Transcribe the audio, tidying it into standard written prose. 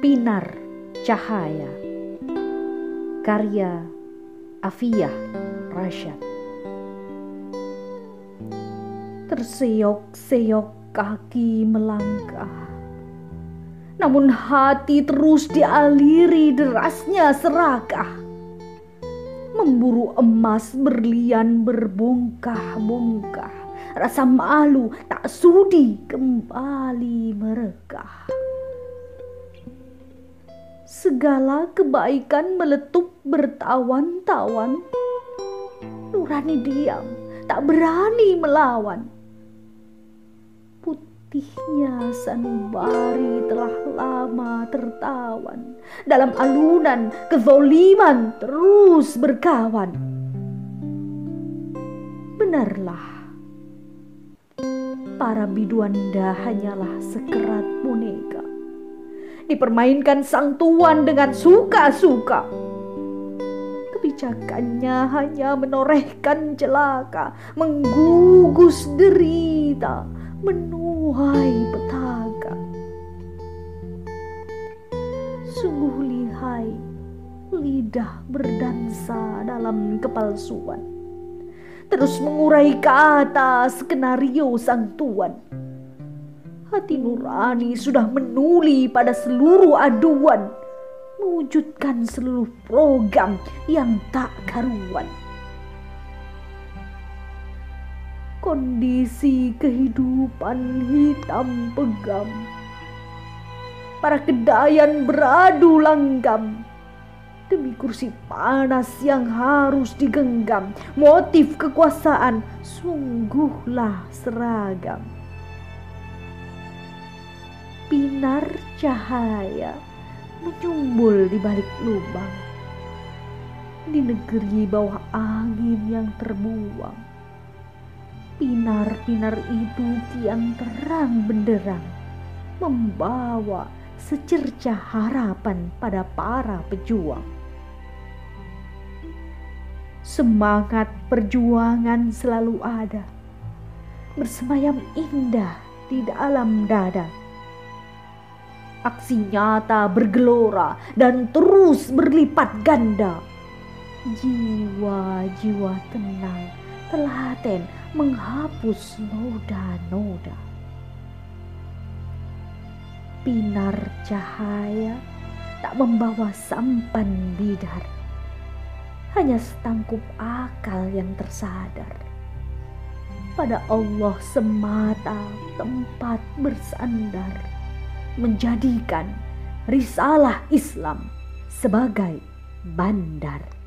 Pinar Cahaya, karya Afiyah Rashad. Terseok-seok kaki melangkah, namun hati terus dialiri derasnya serakah. Memburu emas berlian berbongkah-bongkah, rasa malu tak sudi kembali merekah. Segala kebaikan meletup bertawan-tawan, nurani diam tak berani melawan. Putihnya sanubari telah lama tertawan, dalam alunan kezoliman terus berkawan. Benarlah, para biduanda hanyalah sekerat boneka, dipermainkan sang tuan dengan suka-suka. Kebijakannya hanya menorehkan celaka, menggugus derita, menuai petaka. Sungguh lihai lidah berdansa dalam kepalsuan, terus mengurai kata skenario sang tuan. Hati nurani sudah menuli pada seluruh aduan, mewujudkan seluruh program yang tak karuan. Kondisi kehidupan hitam pegam, para kedayan beradu langgam demi kursi panas yang harus digenggam. Motif kekuasaan sungguhlah seragam. Pinar cahaya menyumbul di balik lubang, di negeri bawah angin yang terbuang. Pinar-pinar itu kian terang benderang, membawa secercah harapan pada para pejuang. Semangat perjuangan selalu ada, bersemayam indah di dalam dada. Aksi nyata bergelora dan terus berlipat ganda. Jiwa-jiwa tenang, telaten menghapus noda-noda. Pinar cahaya tak membawa sampan bidar, hanya setangkup akal yang tersadar. Pada Allah semata tempat bersandar, menjadikan risalah Islam sebagai bandar.